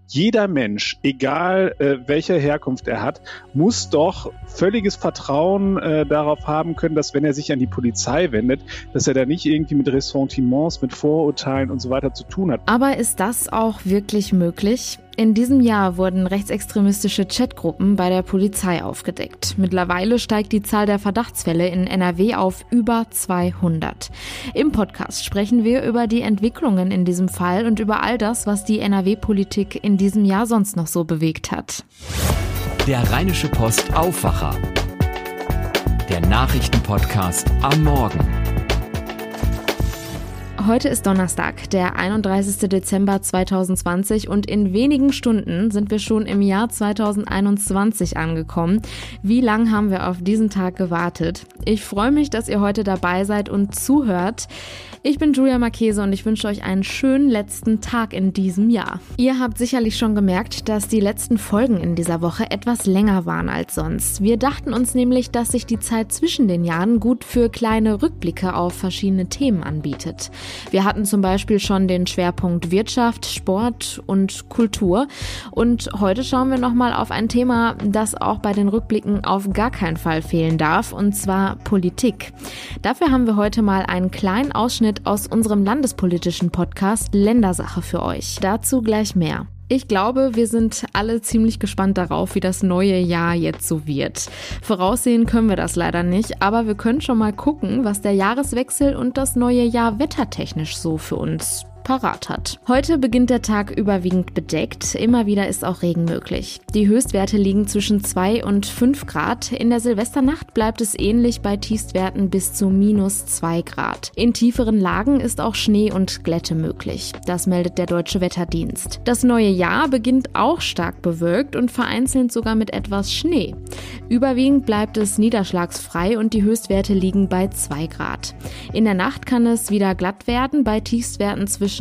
Jeder Mensch, egal welche Herkunft er hat, muss doch völliges Vertrauen darauf haben können, dass wenn er sich an die Polizei wendet, dass er da nicht irgendwie mit Ressentiments, mit Vorurteilen und so weiter zu tun hat. Aber ist das auch wirklich möglich? In diesem Jahr wurden rechtsextremistische Chatgruppen bei der Polizei aufgedeckt. Mittlerweile steigt die Zahl der Verdachtsfälle in NRW auf über 200. Im Podcast sprechen wir über die Entwicklungen in diesem Fall und über all das, was die NRW-Politik in diesem Jahr sonst noch so bewegt hat. Der Rheinische Post Aufwacher. Der Nachrichtenpodcast am Morgen. Heute ist Donnerstag, der 31. Dezember 2020 und in wenigen Stunden sind wir schon im Jahr 2021 angekommen. Wie lang haben wir auf diesen Tag gewartet? Ich freue mich, dass ihr heute dabei seid und zuhört. Ich bin Julia Marchese und ich wünsche euch einen schönen letzten Tag in diesem Jahr. Ihr habt sicherlich schon gemerkt, dass die letzten Folgen in dieser Woche etwas länger waren als sonst. Wir dachten uns nämlich, dass sich die Zeit zwischen den Jahren gut für kleine Rückblicke auf verschiedene Themen anbietet. Wir hatten zum Beispiel schon den Schwerpunkt Wirtschaft, Sport und Kultur. Und heute schauen wir nochmal auf ein Thema, das auch bei den Rückblicken auf gar keinen Fall fehlen darf, und zwar Politik. Dafür haben wir heute mal einen kleinen Ausschnitt aus unserem landespolitischen Podcast Ländersache für euch. Dazu gleich mehr. Ich glaube, wir sind alle ziemlich gespannt darauf, wie das neue Jahr jetzt so wird. Voraussehen können wir das leider nicht, aber wir können schon mal gucken, was der Jahreswechsel und das neue Jahr wettertechnisch so für uns parat hat. Heute beginnt der Tag überwiegend bedeckt. Immer wieder ist auch Regen möglich. Die Höchstwerte liegen zwischen 2 und 5 Grad. In der Silvesternacht bleibt es ähnlich bei Tiefstwerten bis zu -2 Grad. In tieferen Lagen ist auch Schnee und Glätte möglich. Das meldet der Deutsche Wetterdienst. Das neue Jahr beginnt auch stark bewölkt und vereinzelt sogar mit etwas Schnee. Überwiegend bleibt es niederschlagsfrei und die Höchstwerte liegen bei 2 Grad. In der Nacht kann es wieder glatt werden, bei Tiefstwerten zwischen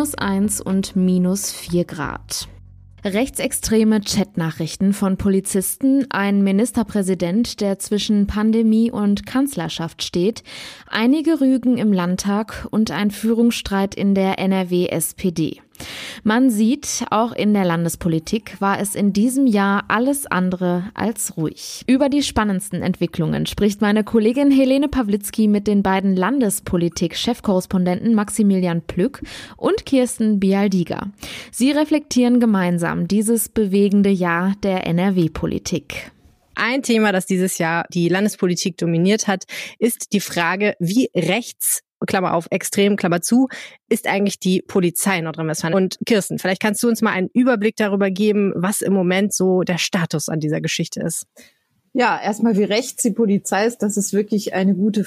-1 und -4 Grad. Rechtsextreme Chatnachrichten von Polizisten, ein Ministerpräsident, der zwischen Pandemie und Kanzlerschaft steht, einige Rügen im Landtag und ein Führungsstreit in der NRW-SPD. Man sieht, auch in der Landespolitik war es in diesem Jahr alles andere als ruhig. Über die spannendsten Entwicklungen spricht meine Kollegin Helene Pawlitzki mit den beiden Landespolitik-Chefkorrespondenten Maximilian Plück und Kirsten Bialdiger. Sie reflektieren gemeinsam dieses bewegende Jahr der NRW-Politik. Ein Thema, das dieses Jahr die Landespolitik dominiert hat, ist die Frage, wie rechts, Klammer auf, extrem, Klammer zu, ist eigentlich die Polizei in Nordrhein-Westfalen. Und Kirsten, vielleicht kannst du uns mal einen Überblick darüber geben, was im Moment so der Status an dieser Geschichte ist. Ja, erstmal, wie rechts die Polizei ist, das ist wirklich eine gute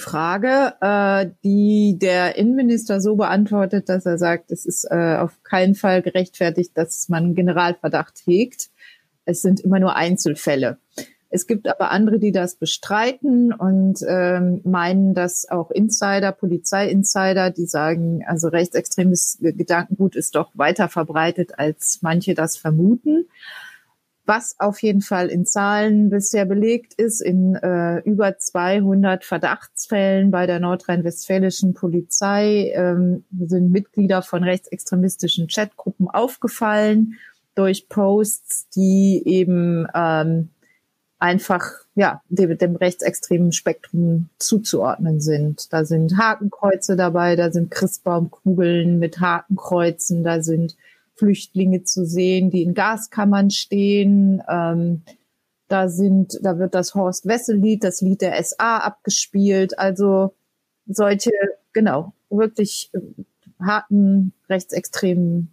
Frage, die der Innenminister so beantwortet, dass er sagt, es ist auf keinen Fall gerechtfertigt, dass man einen Generalverdacht hegt. Es sind immer nur Einzelfälle. Es gibt aber andere, die das bestreiten und meinen, dass auch Insider, Polizei-Insider, die sagen, also rechtsextremes Gedankengut ist doch weiter verbreitet, als manche das vermuten. Was auf jeden Fall in Zahlen bisher belegt ist, in über 200 Verdachtsfällen bei der nordrhein-westfälischen Polizei sind Mitglieder von rechtsextremistischen Chatgruppen aufgefallen durch Posts, die eben einfach dem rechtsextremen Spektrum zuzuordnen sind. Da sind Hakenkreuze dabei, da sind Christbaumkugeln mit Hakenkreuzen, da sind Flüchtlinge zu sehen, die in Gaskammern stehen. Da wird das Horst-Wessel-Lied, das Lied der SA abgespielt. Also solche, wirklich harten rechtsextremen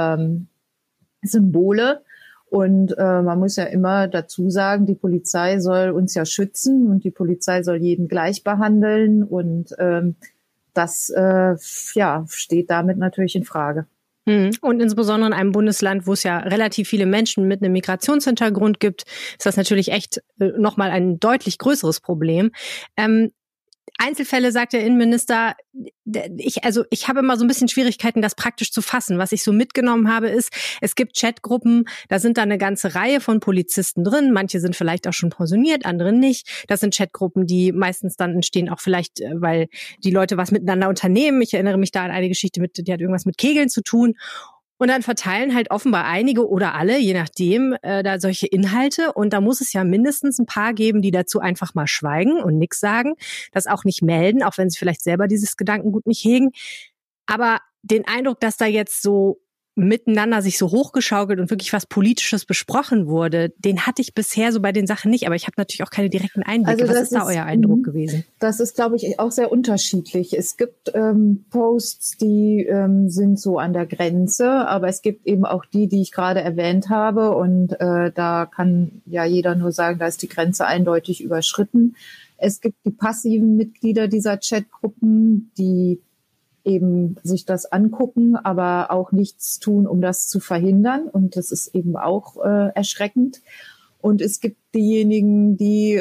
Symbole. Und man muss ja immer dazu sagen, die Polizei soll uns ja schützen und die Polizei soll jeden gleich behandeln. Und das steht damit natürlich in Frage. Und insbesondere in einem Bundesland, wo es ja relativ viele Menschen mit einem Migrationshintergrund gibt, ist das natürlich echt nochmal ein deutlich größeres Problem. Einzelfälle, sagt der Innenminister, ich habe immer so ein bisschen Schwierigkeiten, das praktisch zu fassen. Was ich so mitgenommen habe, ist, es gibt Chatgruppen, da sind da eine ganze Reihe von Polizisten drin. Manche sind vielleicht auch schon pensioniert, andere nicht. Das sind Chatgruppen, die meistens dann entstehen auch vielleicht, weil die Leute was miteinander unternehmen. Ich erinnere mich da an eine Geschichte die hat irgendwas mit Kegeln zu tun. Und dann verteilen halt offenbar einige oder alle, je nachdem, da solche Inhalte. Und da muss es ja mindestens ein paar geben, die dazu einfach mal schweigen und nichts sagen, das auch nicht melden, auch wenn sie vielleicht selber dieses Gedankengut nicht hegen. Aber den Eindruck, dass da jetzt so miteinander sich so hochgeschaukelt und wirklich was Politisches besprochen wurde, den hatte ich bisher so bei den Sachen nicht. Aber ich habe natürlich auch keine direkten Einblicke. Also was ist da euer Eindruck gewesen? Das ist, glaube ich, auch sehr unterschiedlich. Es gibt Posts, die sind so an der Grenze, aber es gibt eben auch die ich gerade erwähnt habe. Und da kann ja jeder nur sagen, da ist die Grenze eindeutig überschritten. Es gibt die passiven Mitglieder dieser Chatgruppen, die eben sich das angucken, aber auch nichts tun, um das zu verhindern. Und das ist eben auch erschreckend. Und es gibt diejenigen, die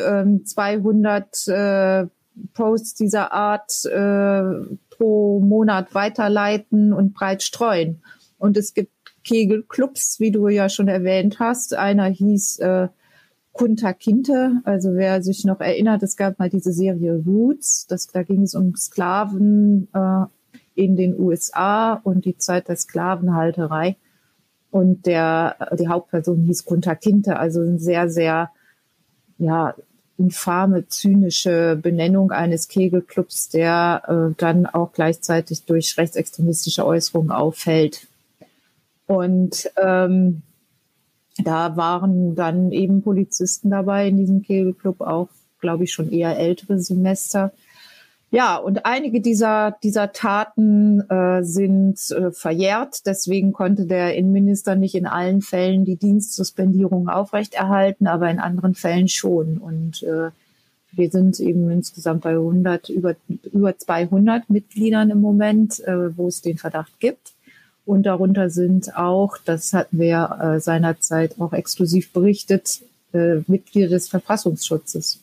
200 Posts dieser Art pro Monat weiterleiten und breit streuen. Und es gibt Kegelclubs, wie du ja schon erwähnt hast. Einer hieß Kunta Kinte, also wer sich noch erinnert, es gab mal diese Serie Roots, da ging es um Sklaven in den USA und die Zeit der Sklavenhalterei. Und die Hauptperson hieß Kunta Kinte, also eine sehr, sehr infame, zynische Benennung eines Kegelclubs, der dann auch gleichzeitig durch rechtsextremistische Äußerungen auffällt. Und da waren dann eben Polizisten dabei in diesem Kegelclub, auch, glaube ich, schon eher ältere Semester. Ja, und einige dieser Taten sind verjährt. Deswegen konnte der Innenminister nicht in allen Fällen die Dienstsuspendierung aufrechterhalten, aber in anderen Fällen schon. Und wir sind eben insgesamt bei über 200 Mitgliedern im Moment, wo es den Verdacht gibt. Und darunter sind auch, das hatten wir ja seinerzeit auch exklusiv berichtet, Mitglieder des Verfassungsschutzes.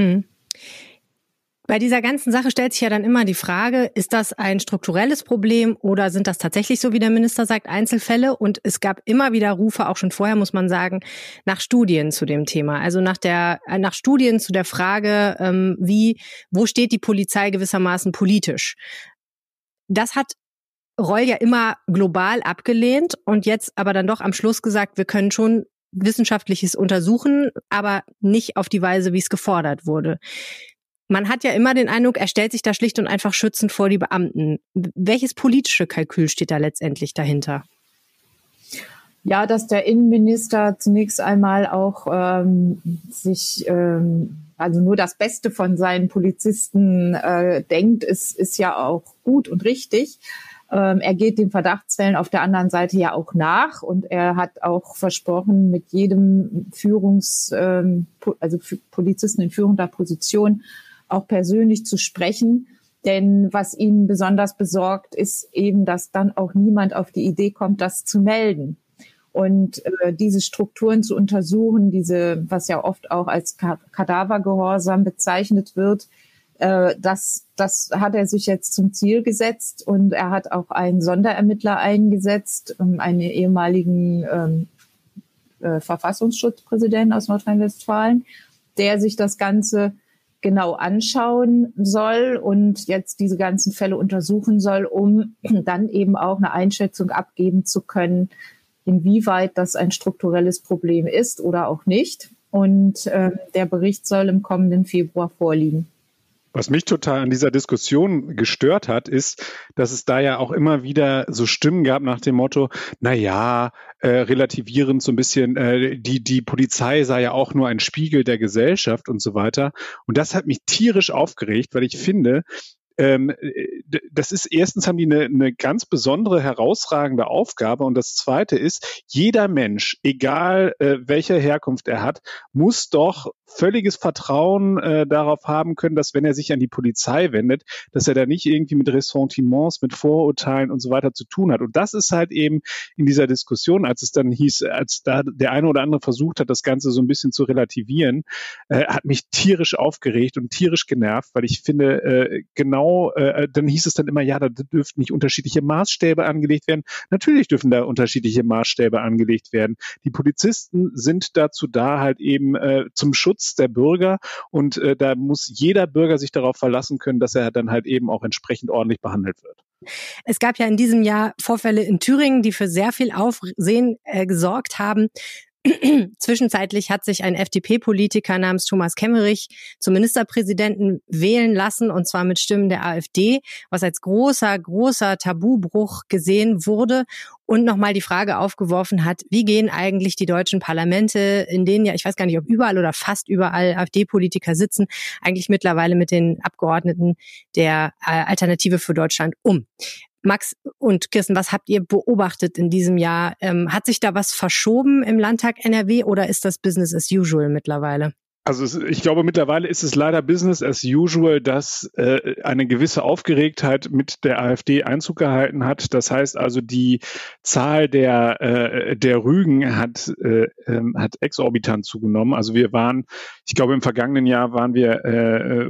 Bei dieser ganzen Sache stellt sich ja dann immer die Frage, ist das ein strukturelles Problem oder sind das tatsächlich, so wie der Minister sagt, Einzelfälle? Und es gab immer wieder Rufe, auch schon vorher muss man sagen, nach Studien zu dem Thema. Also nach Studien zu der Frage, wo steht die Polizei gewissermaßen politisch? Das hat Reul ja immer global abgelehnt und jetzt aber dann doch am Schluss gesagt, wir können schon Wissenschaftliches untersuchen, aber nicht auf die Weise, wie es gefordert wurde. Man hat ja immer den Eindruck, er stellt sich da schlicht und einfach schützend vor die Beamten. Welches politische Kalkül steht da letztendlich dahinter? Ja, dass der Innenminister zunächst einmal auch sich also nur das Beste von seinen Polizisten denkt, ist ja auch gut und richtig. Er geht den Verdachtsfällen auf der anderen Seite ja auch nach und er hat auch versprochen, mit jedem Polizisten in führender Position auch persönlich zu sprechen. Denn was ihn besonders besorgt, ist eben, dass dann auch niemand auf die Idee kommt, das zu melden. Und diese Strukturen zu untersuchen, was ja oft auch als Kadavergehorsam bezeichnet wird, das hat er sich jetzt zum Ziel gesetzt und er hat auch einen Sonderermittler eingesetzt, einen ehemaligen Verfassungsschutzpräsidenten aus Nordrhein-Westfalen, der sich das Ganze genau anschauen soll und jetzt diese ganzen Fälle untersuchen soll, um dann eben auch eine Einschätzung abgeben zu können, inwieweit das ein strukturelles Problem ist oder auch nicht. Und der Bericht soll im kommenden Februar vorliegen. Was mich total an dieser Diskussion gestört hat, ist, dass es da ja auch immer wieder so Stimmen gab nach dem Motto, relativierend so ein bisschen, die Polizei sei ja auch nur ein Spiegel der Gesellschaft und so weiter. Und das hat mich tierisch aufgeregt, weil ich finde, das ist erstens haben die eine ganz besondere, herausragende Aufgabe und das Zweite ist, jeder Mensch, egal welche Herkunft er hat, muss doch völliges Vertrauen darauf haben können, dass wenn er sich an die Polizei wendet, dass er da nicht irgendwie mit Ressentiments, mit Vorurteilen und so weiter zu tun hat. Und das ist halt eben in dieser Diskussion, als es dann hieß, als da der eine oder andere versucht hat, das Ganze so ein bisschen zu relativieren, hat mich tierisch aufgeregt und tierisch genervt, weil ich finde, genau genau, dann hieß es dann immer, ja, da dürften nicht unterschiedliche Maßstäbe angelegt werden. Natürlich dürfen da unterschiedliche Maßstäbe angelegt werden. Die Polizisten sind dazu da, halt eben zum Schutz der Bürger, und da muss jeder Bürger sich darauf verlassen können, dass er dann halt eben auch entsprechend ordentlich behandelt wird. Es gab ja in diesem Jahr Vorfälle in Thüringen, die für sehr viel Aufsehen gesorgt haben. Zwischenzeitlich hat sich ein FDP-Politiker namens Thomas Kemmerich zum Ministerpräsidenten wählen lassen, und zwar mit Stimmen der AfD, was als großer Tabubruch gesehen wurde und nochmal die Frage aufgeworfen hat, wie gehen eigentlich die deutschen Parlamente, in denen ja, ich weiß gar nicht, ob überall oder fast überall AfD-Politiker sitzen, eigentlich mittlerweile mit den Abgeordneten der Alternative für Deutschland um. Max und Kirsten, was habt ihr beobachtet in diesem Jahr? Hat sich da was verschoben im Landtag NRW oder ist das Business as usual mittlerweile? Also ich glaube, mittlerweile ist es leider Business as usual, dass eine gewisse Aufgeregtheit mit der AfD Einzug gehalten hat. Das heißt also, die Zahl der Rügen hat exorbitant zugenommen. Also wir waren, ich glaube, im vergangenen Jahr waren wir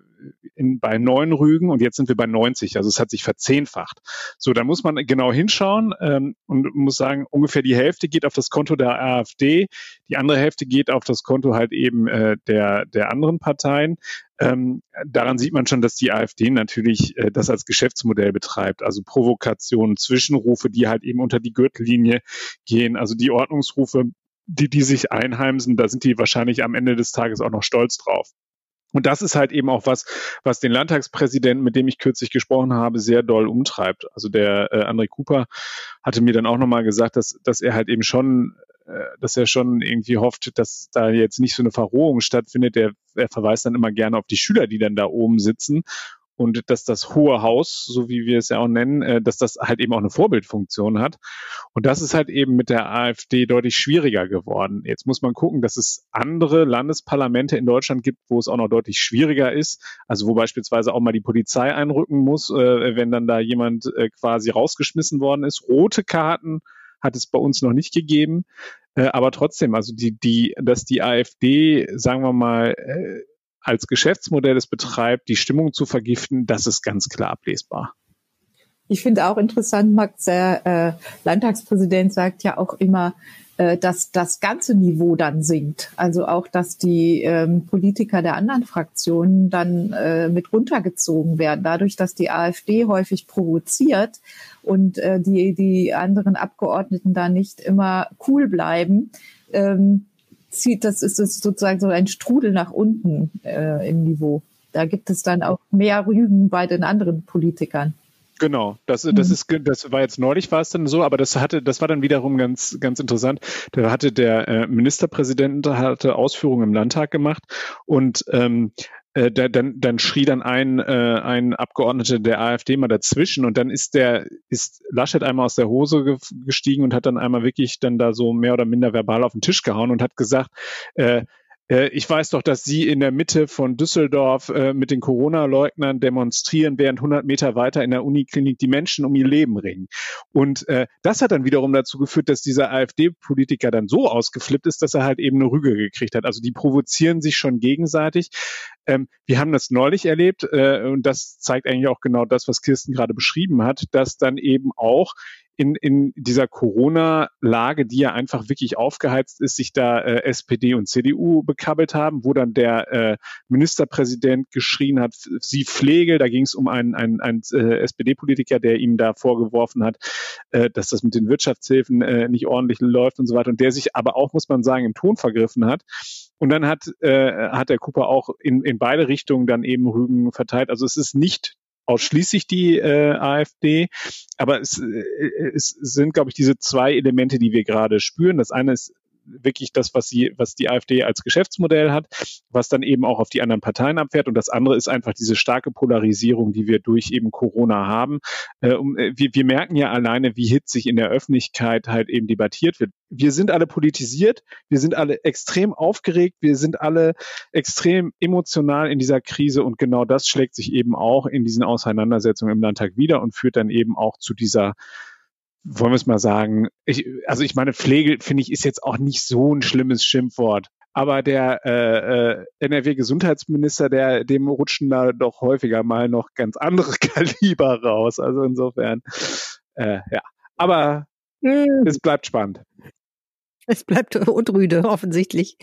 bei 9 Rügen und jetzt sind wir bei 90. Also es hat sich verzehnfacht. So, da muss man genau hinschauen und muss sagen, ungefähr die Hälfte geht auf das Konto der AfD, die andere Hälfte geht auf das Konto halt eben der anderen Parteien. Daran sieht man schon, dass die AfD natürlich das als Geschäftsmodell betreibt. Also Provokationen, Zwischenrufe, die halt eben unter die Gürtellinie gehen. Also die Ordnungsrufe, die sich einheimsen, da sind die wahrscheinlich am Ende des Tages auch noch stolz drauf. Und das ist halt eben auch was den Landtagspräsidenten, mit dem ich kürzlich gesprochen habe, sehr doll umtreibt. Also der André Cooper hatte mir dann auch nochmal gesagt, dass er halt eben schon, dass er schon irgendwie hofft, dass da jetzt nicht so eine Verrohung stattfindet. Er verweist dann immer gerne auf die Schüler, die dann da oben sitzen. Und dass das Hohe Haus, so wie wir es ja auch nennen, dass das halt eben auch eine Vorbildfunktion hat. Und das ist halt eben mit der AfD deutlich schwieriger geworden. Jetzt muss man gucken, dass es andere Landesparlamente in Deutschland gibt, wo es auch noch deutlich schwieriger ist. Also wo beispielsweise auch mal die Polizei einrücken muss, wenn dann da jemand quasi rausgeschmissen worden ist. Rote Karten hat es bei uns noch nicht gegeben. Aber trotzdem, also dass die AfD, sagen wir mal, als Geschäftsmodell es betreibt, die Stimmung zu vergiften, das ist ganz klar ablesbar. Ich finde auch interessant, Max, der Landtagspräsident sagt ja auch immer, dass das ganze Niveau dann sinkt. Also auch, dass die Politiker der anderen Fraktionen dann mit runtergezogen werden, dadurch, dass die AfD häufig provoziert und die anderen Abgeordneten da nicht immer cool bleiben. Das ist sozusagen so ein Strudel nach unten im Niveau. Da gibt es dann auch mehr Rügen bei den anderen Politikern. Genau, das war jetzt neulich, war es dann so, aber das war dann wiederum ganz, ganz interessant. Da hatte der Ministerpräsident Ausführungen im Landtag gemacht und dann schrie dann ein Abgeordneter der AfD mal dazwischen und dann ist Laschet einmal aus der Hose gestiegen und hat dann einmal wirklich dann da so mehr oder minder verbal auf den Tisch gehauen und hat gesagt, ich weiß doch, dass Sie in der Mitte von Düsseldorf mit den Corona-Leugnern demonstrieren, während 100 Meter weiter in der Uniklinik die Menschen um ihr Leben ringen. Und das hat dann wiederum dazu geführt, dass dieser AfD-Politiker dann so ausgeflippt ist, dass er halt eben eine Rüge gekriegt hat. Also die provozieren sich schon gegenseitig. Wir haben das neulich erlebt und das zeigt eigentlich auch genau das, was Kirsten gerade beschrieben hat, dass dann eben auch in dieser Corona-Lage, die ja einfach wirklich aufgeheizt ist, sich da SPD und CDU bekabbelt haben, wo dann der Ministerpräsident geschrien hat, sie Flegel, da ging es um einen SPD-Politiker, der ihm da vorgeworfen hat, dass das mit den Wirtschaftshilfen nicht ordentlich läuft und so weiter und der sich aber auch, muss man sagen, im Ton vergriffen hat. Und dann hat der Cooper auch in beide Richtungen dann eben Rügen verteilt. Also es ist nicht ausschließlich die AfD, aber es sind, glaube ich, diese zwei Elemente, die wir gerade spüren. Das eine ist wirklich das, was die AfD als Geschäftsmodell hat, was dann eben auch auf die anderen Parteien abfährt. Und das andere ist einfach diese starke Polarisierung, die wir durch eben Corona haben. Wir merken ja alleine, wie hitzig in der Öffentlichkeit halt eben debattiert wird. Wir sind alle politisiert, wir sind alle extrem aufgeregt, wir sind alle extrem emotional in dieser Krise und genau das schlägt sich eben auch in diesen Auseinandersetzungen im Landtag wieder und führt dann eben auch zu dieser, wollen wir es mal sagen, ich meine, Flegel, finde ich, ist jetzt auch nicht so ein schlimmes Schimpfwort. Aber der NRW-Gesundheitsminister, dem rutschen da doch häufiger mal noch ganz andere Kaliber raus. Also insofern, ja. Aber es bleibt spannend. Es bleibt unrüde, offensichtlich.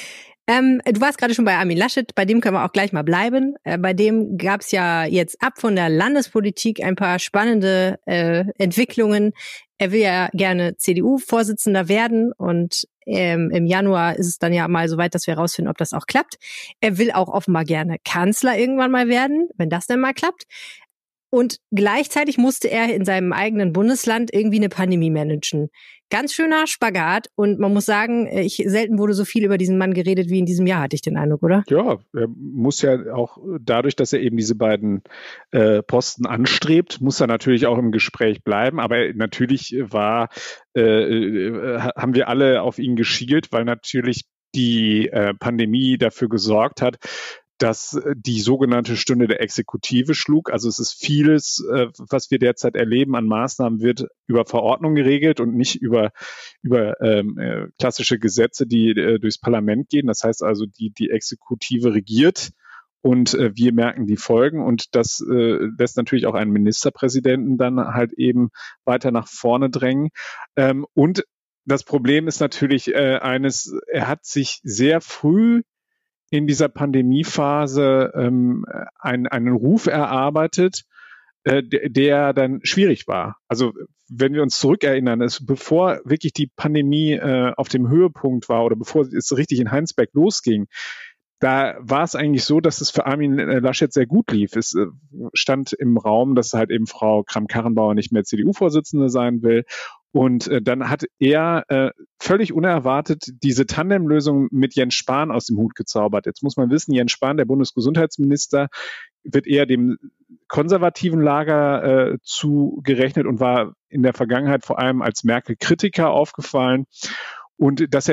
Du warst gerade schon bei Armin Laschet, bei dem können wir auch gleich mal bleiben. Bei dem gab es ja jetzt ab von der Landespolitik ein paar spannende Entwicklungen. Er will ja gerne CDU-Vorsitzender werden und im Januar ist es dann ja mal soweit, dass wir herausfinden, ob das auch klappt. Er will auch offenbar gerne Kanzler irgendwann mal werden, wenn das dann mal klappt. Und gleichzeitig musste er in seinem eigenen Bundesland irgendwie eine Pandemie managen. Ganz schöner Spagat und man muss sagen, selten wurde so viel über diesen Mann geredet wie in diesem Jahr, hatte ich den Eindruck, oder? Ja, er muss ja auch dadurch, dass er eben diese beiden Posten anstrebt, muss er natürlich auch im Gespräch bleiben. Aber natürlich haben wir alle auf ihn geschielt, weil natürlich die Pandemie dafür gesorgt hat, dass die sogenannte Stunde der Exekutive schlug. Also es ist vieles, was wir derzeit erleben an Maßnahmen, wird über Verordnung geregelt und nicht über klassische Gesetze, die durchs Parlament gehen. Das heißt also, die Exekutive regiert und wir merken die Folgen. Und das lässt natürlich auch einen Ministerpräsidenten dann halt eben weiter nach vorne drängen. Und das Problem ist natürlich er hat sich sehr früh in dieser Pandemiephase einen Ruf erarbeitet, der dann schwierig war. Also wenn wir uns zurückerinnern, bevor wirklich die Pandemie auf dem Höhepunkt war oder bevor es richtig in Heinsberg losging, da war es eigentlich so, dass es für Armin Laschet sehr gut lief. Es stand im Raum, dass halt eben Frau Kramp-Karrenbauer nicht mehr CDU-Vorsitzende sein will. Und dann hat er völlig unerwartet diese Tandemlösung mit Jens Spahn aus dem Hut gezaubert. Jetzt muss man wissen, Jens Spahn, der Bundesgesundheitsminister, wird eher dem konservativen Lager zugerechnet und war in der Vergangenheit vor allem als Merkel-Kritiker aufgefallen. Und dass er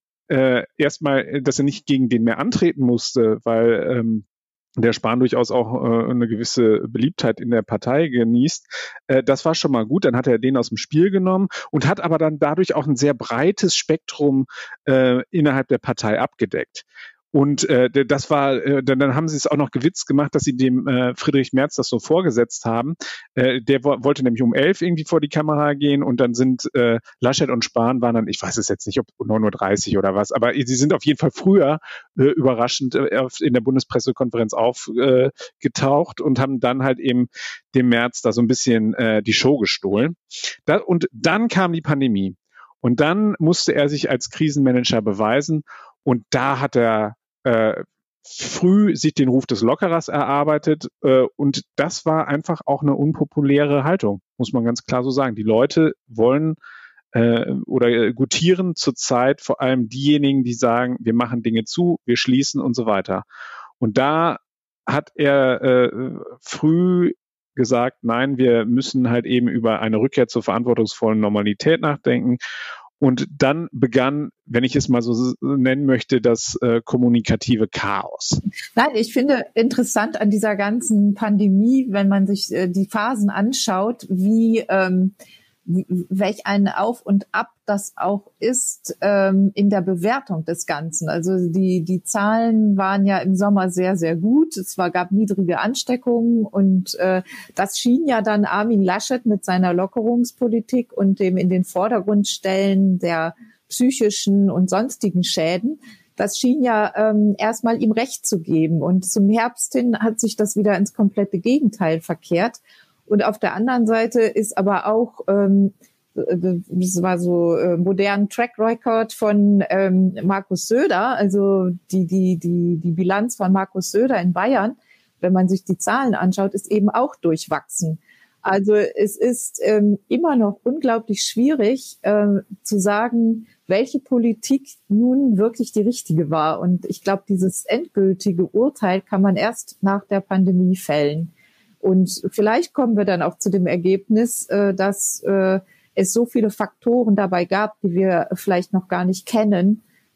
dass er nicht gegen den mehr antreten musste, weil der Spahn durchaus auch eine gewisse Beliebtheit in der Partei genießt. Das war schon mal gut. Dann hat er den aus dem Spiel genommen und hat aber dann dadurch auch ein sehr breites Spektrum innerhalb der Partei abgedeckt. Und das war, dann haben sie es auch noch gewitzt gemacht, dass sie dem Friedrich Merz das so vorgesetzt haben. Der wollte nämlich um 11 irgendwie vor die Kamera gehen und dann sind Laschet und Spahn waren dann, ich weiß es jetzt nicht, ob 9:30 Uhr oder was, aber sie sind auf jeden Fall früher überraschend in der Bundespressekonferenz aufgetaucht und haben dann halt eben dem Merz da so ein bisschen die Show gestohlen. Und dann kam die Pandemie. Und dann musste er sich als Krisenmanager beweisen und da hat er früh sich den Ruf des Lockerers erarbeitet und das war einfach auch eine unpopuläre Haltung, muss man ganz klar so sagen. Die Leute wollen oder gutieren zurzeit vor allem diejenigen, die sagen, wir machen Dinge zu, wir schließen und so weiter. Und da hat er früh gesagt, nein, wir müssen halt eben über eine Rückkehr zur verantwortungsvollen Normalität nachdenken. Und dann begann, wenn ich es mal so nennen möchte, das kommunikative Chaos. Nein, ich finde interessant an dieser ganzen Pandemie, wenn man sich die Phasen anschaut, welch ein Auf und Ab das auch ist in der Bewertung des Ganzen. Also die Zahlen waren ja im Sommer sehr, sehr gut. Gab niedrige Ansteckungen und das schien ja dann Armin Laschet mit seiner Lockerungspolitik und dem in den Vordergrund stellen der psychischen und sonstigen Schäden. Das schien ja erstmal ihm Recht zu geben. Und zum Herbst hin hat sich das wieder ins komplette Gegenteil verkehrt. Und auf der anderen Seite ist aber auch, das war so modernen Track Record von Markus Söder, also die Bilanz von Markus Söder in Bayern, wenn man sich die Zahlen anschaut, ist eben auch durchwachsen. Also es ist immer noch unglaublich schwierig zu sagen, welche Politik nun wirklich die richtige war. Und ich glaube, dieses endgültige Urteil kann man erst nach der Pandemie fällen. Und vielleicht kommen wir dann auch zu dem Ergebnis, dass es so viele Faktoren dabei gab, die wir vielleicht noch gar nicht kennen,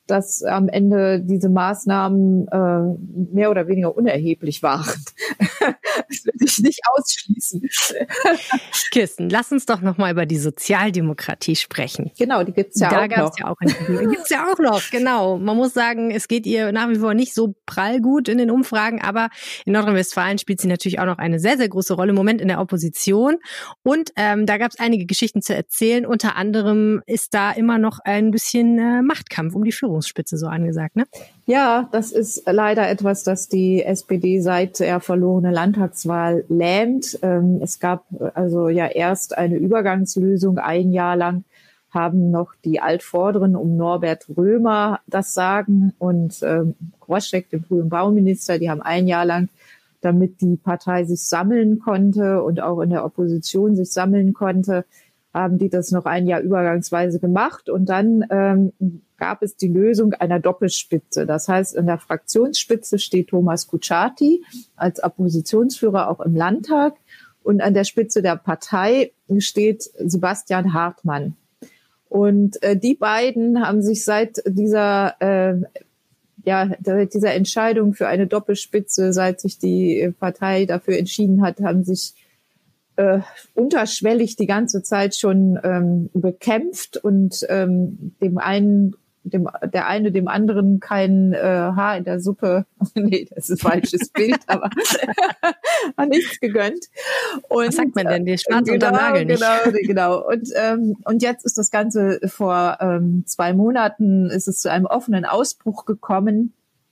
dass am Ende diese Maßnahmen mehr oder weniger unerheblich waren. Das würde ich nicht ausschließen. Kirsten, lass uns doch noch mal über die Sozialdemokratie sprechen. Genau, die gibt's ja da auch noch. Da gab's ja auch gibt's ja auch noch, genau. Man muss sagen, es geht ihr nach wie vor nicht so prall gut in den Umfragen, aber in Nordrhein-Westfalen spielt sie natürlich auch noch eine sehr, sehr große Rolle im Moment in der Opposition. Und da gab's einige Geschichten zu erzählen. Unter anderem ist da immer noch ein bisschen Machtkampf um die Führungsspitze so angesagt, ne? Ja, das ist leider etwas, das die SPD seit der verlorenen Landtagswahl lähmt. Es gab also ja erst eine Übergangslösung. Ein Jahr lang haben noch die Altvorderen um Norbert Römer das Sagen und Groschek, den früheren Bauminister, die haben ein Jahr lang, damit die Partei sich sammeln konnte und auch in der Opposition sich sammeln konnte, haben die das noch ein Jahr übergangsweise gemacht. Und dann gab es die Lösung einer Doppelspitze. Das heißt, in der Fraktionsspitze steht Thomas Kutschaty als Oppositionsführer auch im Landtag. Und an der Spitze der Partei steht Sebastian Hartmann. Und die beiden haben sich seit dieser Entscheidung für eine Doppelspitze, seit sich die Partei dafür entschieden hat, haben sich unterschwellig die ganze Zeit schon bekämpft und dem eine dem anderen kein Haar in der Suppe, nee, das ist ein falsches Bild, aber hat nichts gegönnt. Und, was sagt man denn? Der Schwarz unter Nagel nicht. Genau. Und jetzt ist das Ganze vor 2 Monaten ist es zu einem offenen Ausbruch gekommen,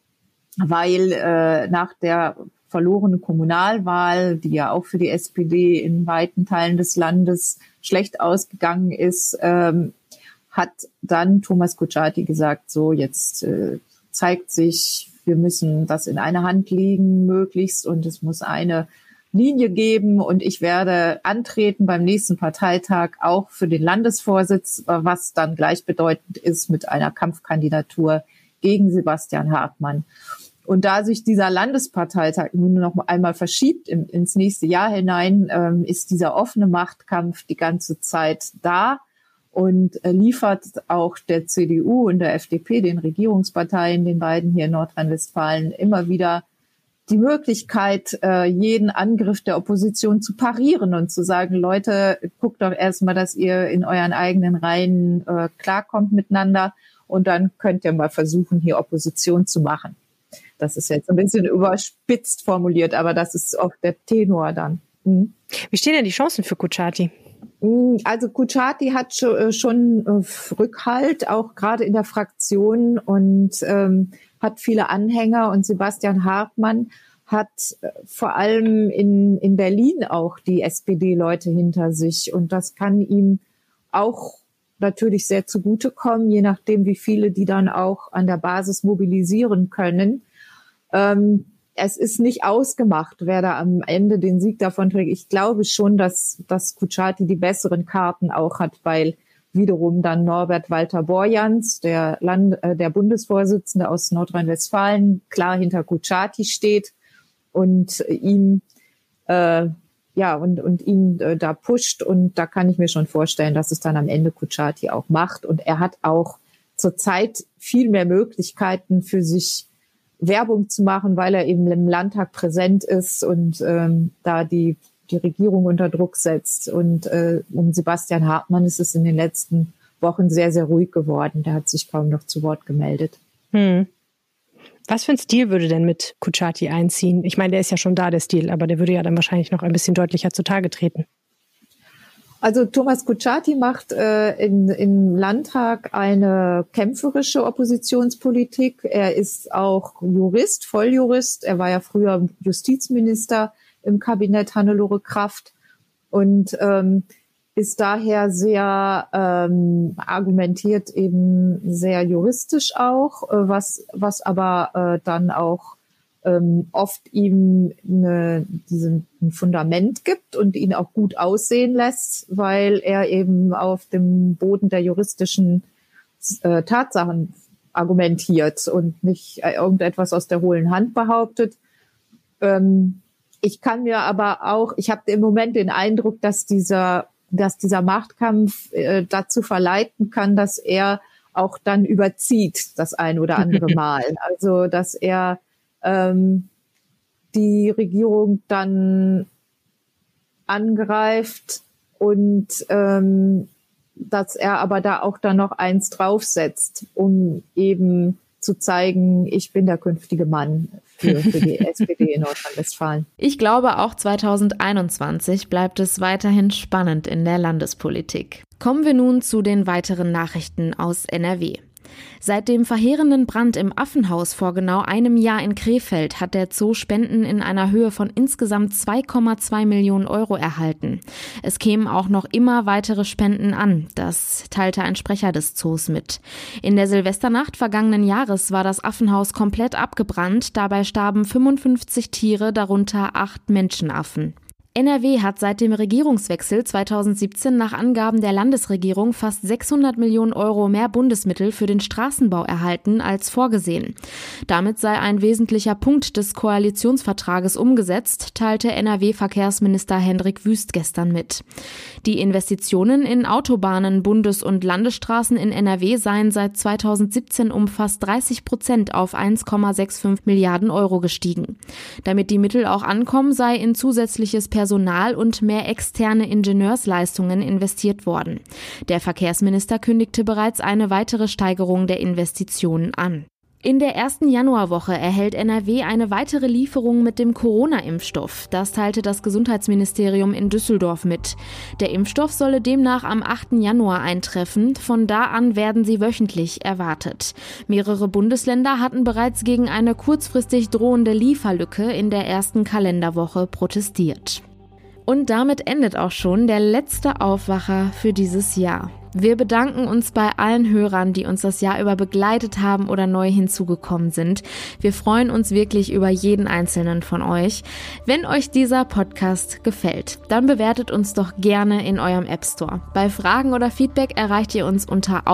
weil nach der verlorene Kommunalwahl, die ja auch für die SPD in weiten Teilen des Landes schlecht ausgegangen ist, hat dann Thomas Kutschaty gesagt, so jetzt zeigt sich, wir müssen das in eine Hand legen möglichst und es muss eine Linie geben und ich werde antreten beim nächsten Parteitag auch für den Landesvorsitz, was dann gleichbedeutend ist mit einer Kampfkandidatur gegen Sebastian Hartmann. Und da sich dieser Landesparteitag nun noch einmal verschiebt ins nächste Jahr hinein, ist dieser offene Machtkampf die ganze Zeit da und liefert auch der CDU und der FDP, den Regierungsparteien, den beiden hier in Nordrhein-Westfalen, immer wieder die Möglichkeit, jeden Angriff der Opposition zu parieren und zu sagen, Leute, guckt doch erstmal, dass ihr in euren eigenen Reihen klarkommt miteinander und dann könnt ihr mal versuchen, hier Opposition zu machen. Das ist jetzt ein bisschen überspitzt formuliert, aber das ist auch der Tenor dann. Wie stehen denn die Chancen für Kutschaty? Also Kutschaty hat schon Rückhalt, auch gerade in der Fraktion und hat viele Anhänger. Und Sebastian Hartmann hat vor allem in Berlin auch die SPD-Leute hinter sich. Und das kann ihm auch natürlich sehr zugutekommen, je nachdem, wie viele die dann auch an der Basis mobilisieren können. Es ist nicht ausgemacht, wer da am Ende den Sieg davon trägt. Ich glaube schon, dass Kutschaty die besseren Karten auch hat, weil wiederum dann Norbert Walter Borjans, der Bundesvorsitzende aus Nordrhein-Westfalen, klar hinter Kutschaty steht und ihm ihn da pusht. Und da kann ich mir schon vorstellen, dass es dann am Ende Kutschaty auch macht. Und er hat auch zurzeit viel mehr Möglichkeiten für sich Werbung zu machen, weil er eben im Landtag präsent ist und da die Regierung unter Druck setzt. Und um Sebastian Hartmann ist es in den letzten Wochen sehr, sehr ruhig geworden. Der hat sich kaum noch zu Wort gemeldet. Was für ein Stil würde denn mit Kutschaty einziehen? Ich meine, der ist ja schon da, der Stil, aber der würde ja dann wahrscheinlich noch ein bisschen deutlicher zutage treten. Also Thomas Kutschaty macht im Landtag eine kämpferische Oppositionspolitik. Er ist auch Jurist, Volljurist. Er war ja früher Justizminister im Kabinett Hannelore Kraft und ist daher sehr argumentiert eben sehr juristisch auch, was aber dann auch oft ihm ein Fundament gibt und ihn auch gut aussehen lässt, weil er eben auf dem Boden der juristischen Tatsachen argumentiert und nicht irgendetwas aus der hohlen Hand behauptet. Ich kann mir aber auch, ich habe im Moment den Eindruck, dass dieser Machtkampf dazu verleiten kann, dass er auch dann überzieht das ein oder andere Mal. Also dass er die Regierung dann angreift und dass er aber da auch dann noch eins draufsetzt, um eben zu zeigen, ich bin der künftige Mann für die SPD in Nordrhein-Westfalen. Ich glaube, auch 2021 bleibt es weiterhin spannend in der Landespolitik. Kommen wir nun zu den weiteren Nachrichten aus NRW. Seit dem verheerenden Brand im Affenhaus vor genau einem Jahr in Krefeld hat der Zoo Spenden in einer Höhe von insgesamt 2,2 Millionen Euro erhalten. Es kämen auch noch immer weitere Spenden an, das teilte ein Sprecher des Zoos mit. In der Silvesternacht vergangenen Jahres war das Affenhaus komplett abgebrannt, dabei starben 55 Tiere, darunter 8 Menschenaffen. NRW hat seit dem Regierungswechsel 2017 nach Angaben der Landesregierung fast 600 Millionen Euro mehr Bundesmittel für den Straßenbau erhalten als vorgesehen. Damit sei ein wesentlicher Punkt des Koalitionsvertrages umgesetzt, teilte NRW-Verkehrsminister Hendrik Wüst gestern mit. Die Investitionen in Autobahnen, Bundes- und Landesstraßen in NRW seien seit 2017 um fast 30% auf 1,65 Milliarden Euro gestiegen. Damit die Mittel auch ankommen, sei in zusätzliches Personal und mehr externe Ingenieursleistungen investiert worden. Der Verkehrsminister kündigte bereits eine weitere Steigerung der Investitionen an. In der ersten Januarwoche erhält NRW eine weitere Lieferung mit dem Corona-Impfstoff. Das teilte das Gesundheitsministerium in Düsseldorf mit. Der Impfstoff solle demnach am 8. Januar eintreffen. Von da an werden sie wöchentlich erwartet. Mehrere Bundesländer hatten bereits gegen eine kurzfristig drohende Lieferlücke in der ersten Kalenderwoche protestiert. Und damit endet auch schon der letzte Aufwacher für dieses Jahr. Wir bedanken uns bei allen Hörern, die uns das Jahr über begleitet haben oder neu hinzugekommen sind. Wir freuen uns wirklich über jeden einzelnen von euch. Wenn euch dieser Podcast gefällt, dann bewertet uns doch gerne in eurem App Store. Bei Fragen oder Feedback erreicht ihr uns unter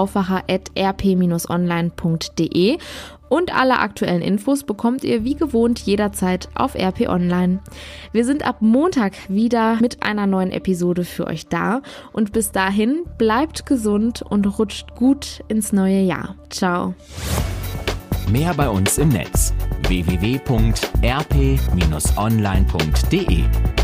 aufwacher@rp-online.de. Und alle aktuellen Infos bekommt ihr wie gewohnt jederzeit auf RP Online. Wir sind ab Montag wieder mit einer neuen Episode für euch da. Und bis dahin bleibt gesund und rutscht gut ins neue Jahr. Ciao. Mehr bei uns im Netz: www.rp-online.de